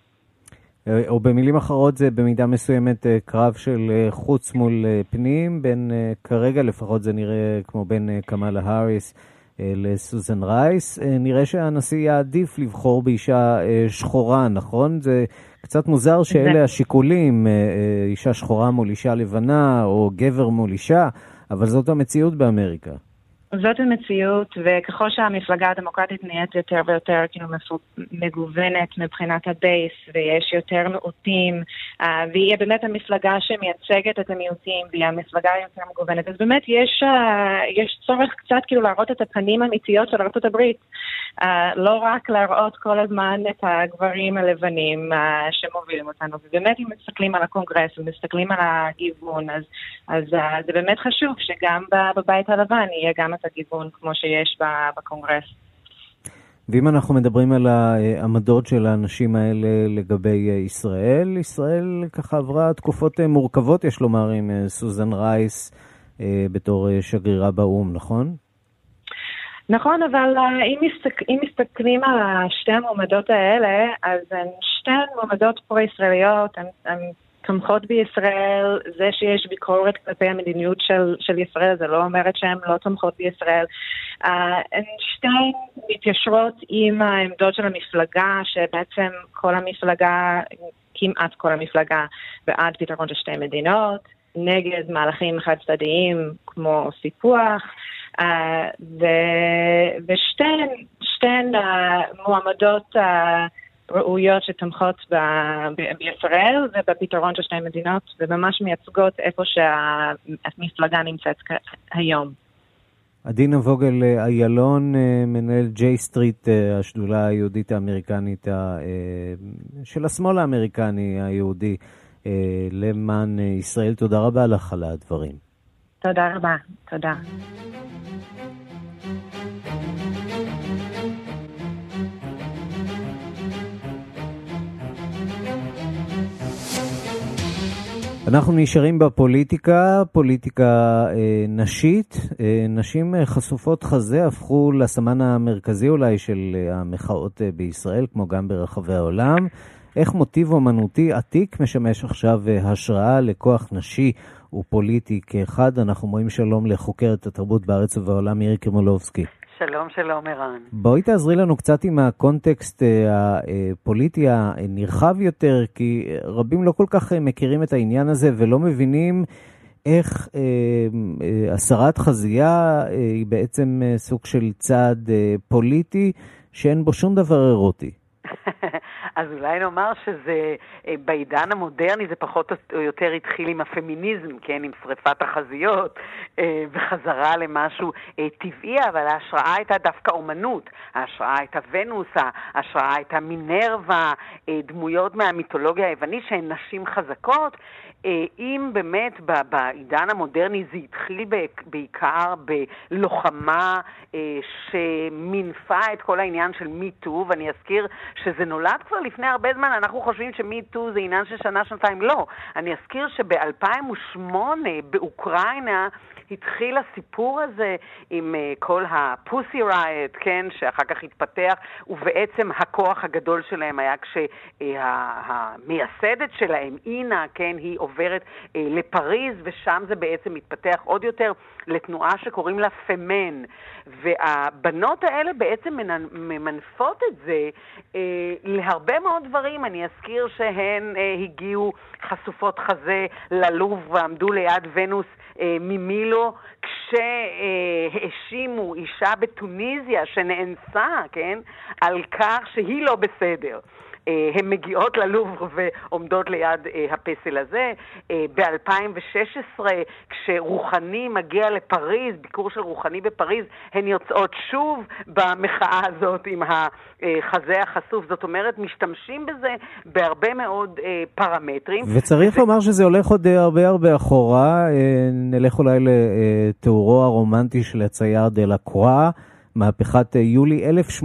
או במילים אחרות זה במידה מסוימת קרב של חוץ מול פנים, בין כרגע לפחות זה נראה כמו בין קמאלה האריס לסוזן רייס. נראה שהנשיא יעדיף לבחור באישה שחורה, נכון? זה קצת מוזר שאלה השיקולים, אישה שחורה מול אישה לבנה או גבר מול אישה, אבל זאת המציאות באמריקה. זאת המציאות, וככל שהמפלגה הדמוקרטית נהיית יותר ויותר כאילו מגוונת מבחינת הבייס, ויש יותר מיעוטים, והיא באמת המפלגה שמייצגת את המיעוטים, והיא המפלגה יותר מגוונת, אז באמת יש צורך קצת כאילו להראות את הפנים האמיתיות של ארצות הברית, לא רק להראות כל הזמן את הגברים הלבנים שמובילים אותנו, ובאמת אם מסתכלים על הקונגרס ומסתכלים על הגיוון, אז זה באמת חשוב שגם בבית הלבן יהיה גם את הגיוון כמו שיש בקונגרס. ואם אנחנו מדברים על העמדות של האנשים האלה לגבי ישראל, ישראל ככה עברה תקופות מורכבות, יש לומר, עם סוזן רייס בתור שגרירה באום, נכון? נכון, אבל אם מסתכלים על שתי המועמדות האלה, אז הן שתי מועמדות פרו-ישראליות, הן תומכות בישראל. זה שיש ביקורת כלפי המדיניות של ישראל, זה לא אומרת שהן לא תומכות בישראל. הן שתיים מתיישרות עם העמדות של המפלגה, שבעצם כל המפלגה, כמעט כל המפלגה, בעד פתרון של שתי מדינות, נגד מהלכים חד צדדיים כמו סיפוח, ושתיהן מועמדות ראויות שתומכות בישראל ובפתרון של שתי מדינות, וממש מייצגות איפה שהמפלגה נמצאת היום. עדינה ווגל איילון, מנהל ג'יי סטריט, השדולה היהודית האמריקנית של השמאל האמריקני היהודי למען ישראל. תודה רבה לך על הדברים. תודה רבה, תודה. אנחנו נשארים בפוליטיקה, פוליטיקה נשית. נשים חשופות חזה הפכו לסמן המרכזי אולי של המחאות בישראל, כמו גם ברחבי העולם. איך מוטיב אומנותי עתיק משמש עכשיו השראה לכוח נשי ופוליטי כאחד? אנחנו אומרים שלום לחוקרת התרבות בארץ ובעולם מירי קרימולובסקי. שלום, שלום ערן. בואי תעזרי לנו קצת עם הקונטקסט הפוליטי הנרחב יותר, כי רבים לא כל כך מכירים את העניין הזה ולא מבינים איך הסרת חזייה היא בעצם סוג של צעד פוליטי שאין בו שום דבר אירוטי. אז אולי נאמר שזה בעידן המודרני זה פחות או יותר התחיל עם הפמיניזם, כן, עם שריפת החזיות וחזרה למשהו טבעי, אבל ההשראה הייתה דווקא אומנות, ההשראה הייתה ונוס, ההשראה הייתה מינרווה, דמויות מהמיתולוגיה היוונית שהן נשים חזקות, אם באמת בעידן המודרני זה התחיל בעיקר בלוחמה שמנפה את כל העניין של מיטו, ואני אזכיר שזה נולד כבר לפני הרבה זמן, אנחנו חושבים שמיטו זה עניין של שנה, שנתיים, לא. אני אזכיר שב-2008 באוקראינה התחיל הסיפור הזה עם כל הפוסי רייט, כן, שאחר כך התפתח, ובעצם הכוח הגדול שלהם היה כשהמייסדת שלהם, אינה, כן, היא עוברת לפריז, ושם זה בעצם מתפתח עוד יותר לתנועה שקוראים לה פמן, והבנות האלה בעצם ממנפות את זה להרבה מאוד דברים. אני אזכיר שהן הגיעו חשופות חזה ללוב ועמדו ליד ונוס ממילו, כשהאשימו אישה בתוניזיה שנאנסה, כן, על כך שהיא לא בסדר. הן מגיעות ללובר ועומדות ליד הפסל הזה. ב-2016, כשרוחני מגיע לפריז, ביקור של רוחני בפריז, הן יוצאות שוב במחאה הזאת עם החזה החשוף. זאת אומרת, משתמשים בזה בהרבה מאוד פרמטרים. וצריך לומר שזה הולך עוד הרבה אחורה. נלך אולי לתיאורו הרומנטי של הצייר דלקרואה, מהפכת יולי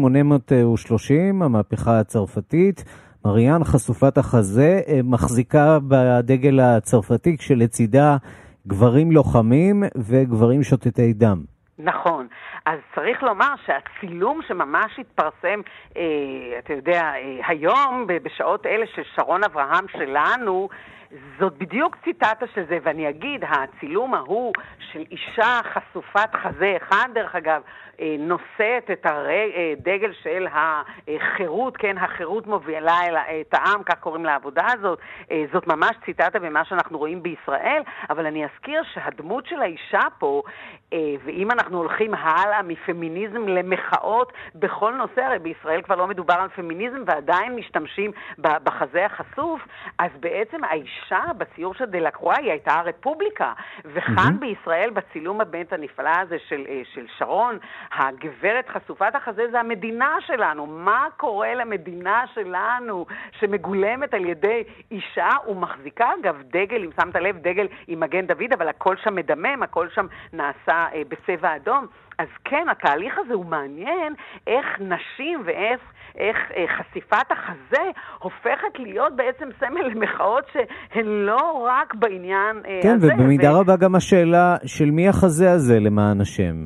1830, המהפכה הצרפתית. מריאן חשופת החזה מחזיקה בדגל הצרפתי, כשלצידה גברים לוחמים וגברים שותתי דם. נכון. אז צריך לומר שהצילום שממש התפרסם, אתה יודע, היום בשעות אלה של שרון אברהם שלנו, זאת בדיוק ציטטה של זה, ואני אגיד, הצילום ההוא של אישה חשופת חזה אחד, דרך אגב, נושאת את הדגל של החירות, כן, החירות מובילה את העם, כך קוראים לעבודה הזאת, זאת ממש ציטטה במה שאנחנו רואים בישראל, אבל אני אזכיר שהדמות של האישה פה, ואם אנחנו הולכים הלאה מפמיניזם למחאות בכל נושא, הרי בישראל כבר לא מדובר על פמיניזם ועדיין משתמשים בחזה החשוף, אז בעצם האישה בציור של דלקרואה היא הייתה הרפובליקה, וכאן בישראל בצילום הבאמת הנפלא הזה של שרון, הגברת חשופת החזה זה המדינה שלנו. מה קורה למדינה שלנו שמגולמת על ידי אישה ומחזיקה, אגב, דגל, אם שמת לב, דגל עם מגן דוד, אבל הכל שם מדמם, הכל שם נעשה בצבע אדום. אז כן, התהליך הזה הוא מעניין, איך נשים ואיך חשיפת החזה הופכת להיות בעצם סמל למחאות שהן לא רק בעניין כן, הזה. כן, ובמידה רבה גם השאלה של מי החזה הזה למען השם.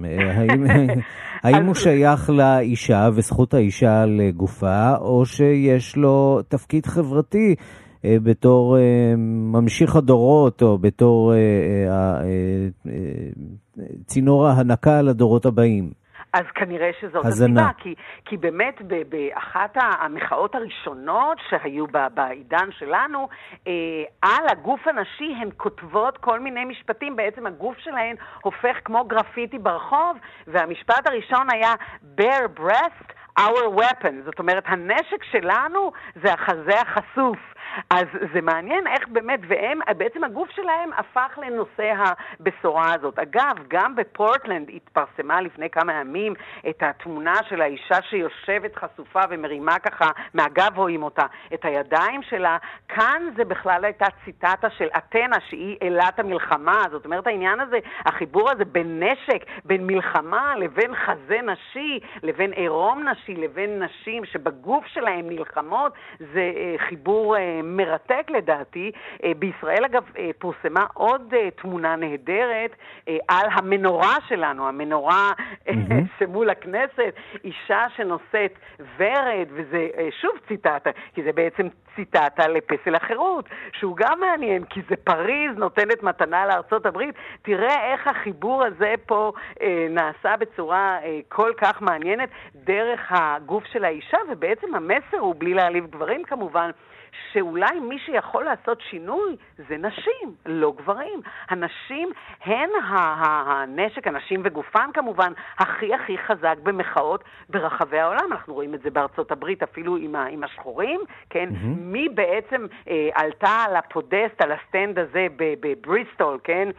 האם הוא שייך לאישה וזכות האישה לגופה, או שיש לו תפקיד חברתי בתור ממשיך הדורות, או בתור צינור ההנקה לדורות הבאים? אז כנראה שזאת הסיבה, כי באמת באחת המחאות הראשונות שהיו בעידן שלנו, על הגוף הנשי הן כותבות כל מיני משפטים, בעצם הגוף שלהן הופך כמו גרפיטי ברחוב, והמשפט הראשון היה bare breast, our weapon, זאת אומרת הנשק שלנו זה החזה החשוף. אז זה מעניין איך באמת, והם, בעצם הגוף שלהם הפך לנושא הבשורה הזאת. אגב, גם בפורטלנד התפרסמה לפני כמה ימים את התמונה של האישה שיושבת חשופה ומרימה ככה, מהגב רואים אותה, את הידיים שלה. כאן זה בכלל הייתה ציטטה של אתנה, שהיא אלת המלחמה. זאת אומרת, העניין הזה, החיבור הזה בין נשק, בין מלחמה, לבין חזה נשי, לבין עירום נשי, לבין נשים שבגוף שלהם נלחמות, זה חיבור מרתק לדעתי. בישראל אגב פורסמה עוד תמונה נהדרת על המנורה שלנו, המנורה שמול הכנסת, אישה שנושאת ורד, וזה שוב ציטטה, כי זה בעצם ציטטה לפסל החירות, שהוא גם מעניין, כי זה פריז נותנת מתנה לארצות הברית. תראה איך החיבור הזה פה נעשה בצורה כל כך מעניינת דרך הגוף של האישה, ובעצם המסר הוא, בלי להעליב גברים כמובן, שאולי מי שיכול לעשות שינוי זה נשים, לא גברים. הנשים הן הנשק, הנשים וגופן כמובן, הכי חזק במחאות ברחבי העולם. אנחנו רואים את זה בארצות הברית, אפילו עם השחורים, כן? מי בעצם עלתה על הפודסט, על הסטנד הזה בבריסטול, כן?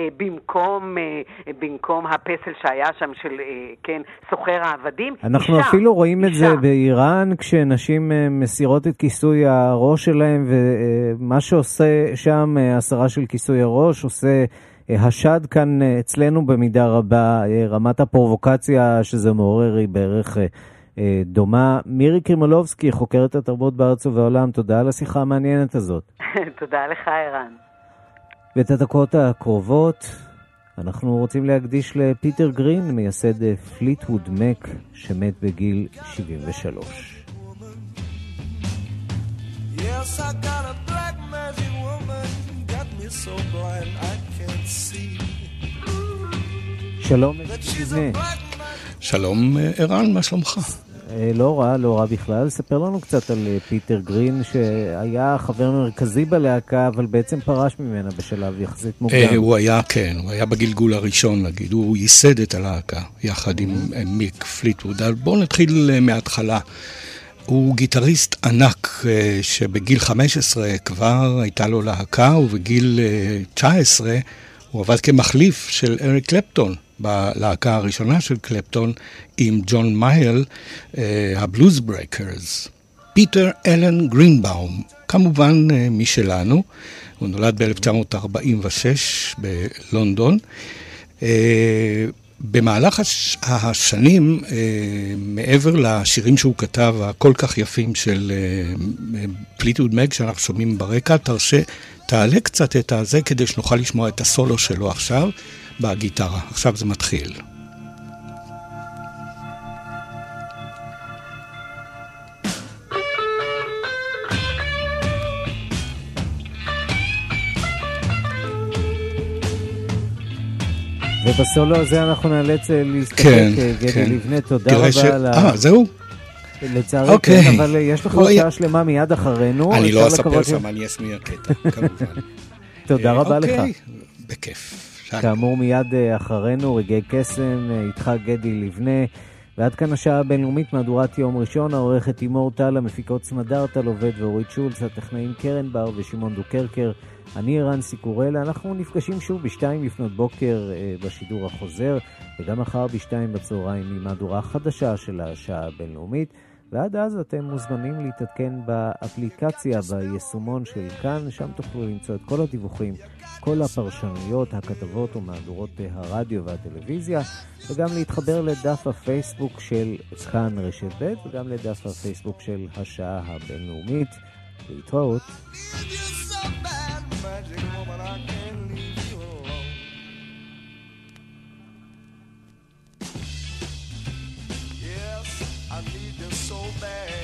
במקום הפסל שהיה שם של, כן, סוחר העבדים. אנחנו אפילו רואים את זה באיראן, כשנשים מסירות את כיסוי הראש שלהם, ומה שעושה שם הסרה של כיסוי הראש, עושה השד כאן אצלנו במידה רבה. רמת הפרובוקציה שזה מעורר היא בערך דומה. מירי קרימולובסקי, חוקרת התרבות בארץ ובעולם, תודה על השיחה המעניינת הזאת. תודה לך, ערן. ואת הדקות הקרובות אנחנו רוצים להקדיש לפיטר גרין, מייסד פליטווד מק, שמת בגיל 73. Yes, I got a black magic woman, got me so blind I can't see. שלום, לבנה. שלום, ערן, מה שלומך? לא רע בכלל. ספר לנו קצת על פיטר גרין, שהיה חבר מרכזי בלהקה, אבל בעצם פרש ממנה בשלב יחסית מוקדם. הוא היה בגלגול הראשון, נגיד. הוא ייסד את הלהקה, יחד עם מיק פליטווד. בואו נתחיל מההתחלה. הוא גיטריסט ענק, שבגיל 15 כבר הייתה לו להקה, ובגיל 19 הוא עבד כמחליף של אריק קלפטון, בלהקה הראשונה של קלפטון, עם ג'ון מייל, הבלוז ברקרס. פיטר אלן גרינבאום, כמובן משלנו, הוא נולד ב-1946 בלונדון. במהלך השנים, מעבר לשירים שהוא כתב, הכל כך יפים של פליטווד מק שאנחנו שומעים ברקע, תעלה קצת את הזה כדי שנוכל לשמוע את הסולו שלו עכשיו בגיטרה. עכשיו זה מתחיל. ובסולו הזה אנחנו נאלץ להסתפק. גדי לבנה, תודה רבה. זהו? לצערי כן, אבל יש לך שעה שלמה מיד אחרינו. אני לא אספר שם, אני אסמי הקטע, כמובן. תודה רבה לך. בכיף. כאמור מיד אחרינו, רגעי קסם, איתך גדי לבנה. ועד כאן השעה הבינלאומית, מהדורת יום ראשון, העורכת אימור טל, המפיקות סמדר טל עובד ואורית שולץ, הטכנאים קרן בר ושמעון דוקרקר. אני ערן סיקורל. אנחנו נפגשים שוב ב2 לפנות בוקר בשידור החוזר, וגם מחר ב2 בצהריים עם מהדורה חדשה של השעה הבינלאומית. ועד אז אתם מוזמנים להתעדכן באפליקציה, ביישומון של כאן, שם תוכלו למצוא את כל הדיווחים, כל הפרשנויות, הכתבות ומהדורות הרדיו והטלוויזיה, וגם להתחבר לדף הפייסבוק של כאן רשת ב' וגם לדף הפייסבוק של השעה הבינלאומית. להתראות. Magic woman, I can't leave you alone. Yes, I need you so bad.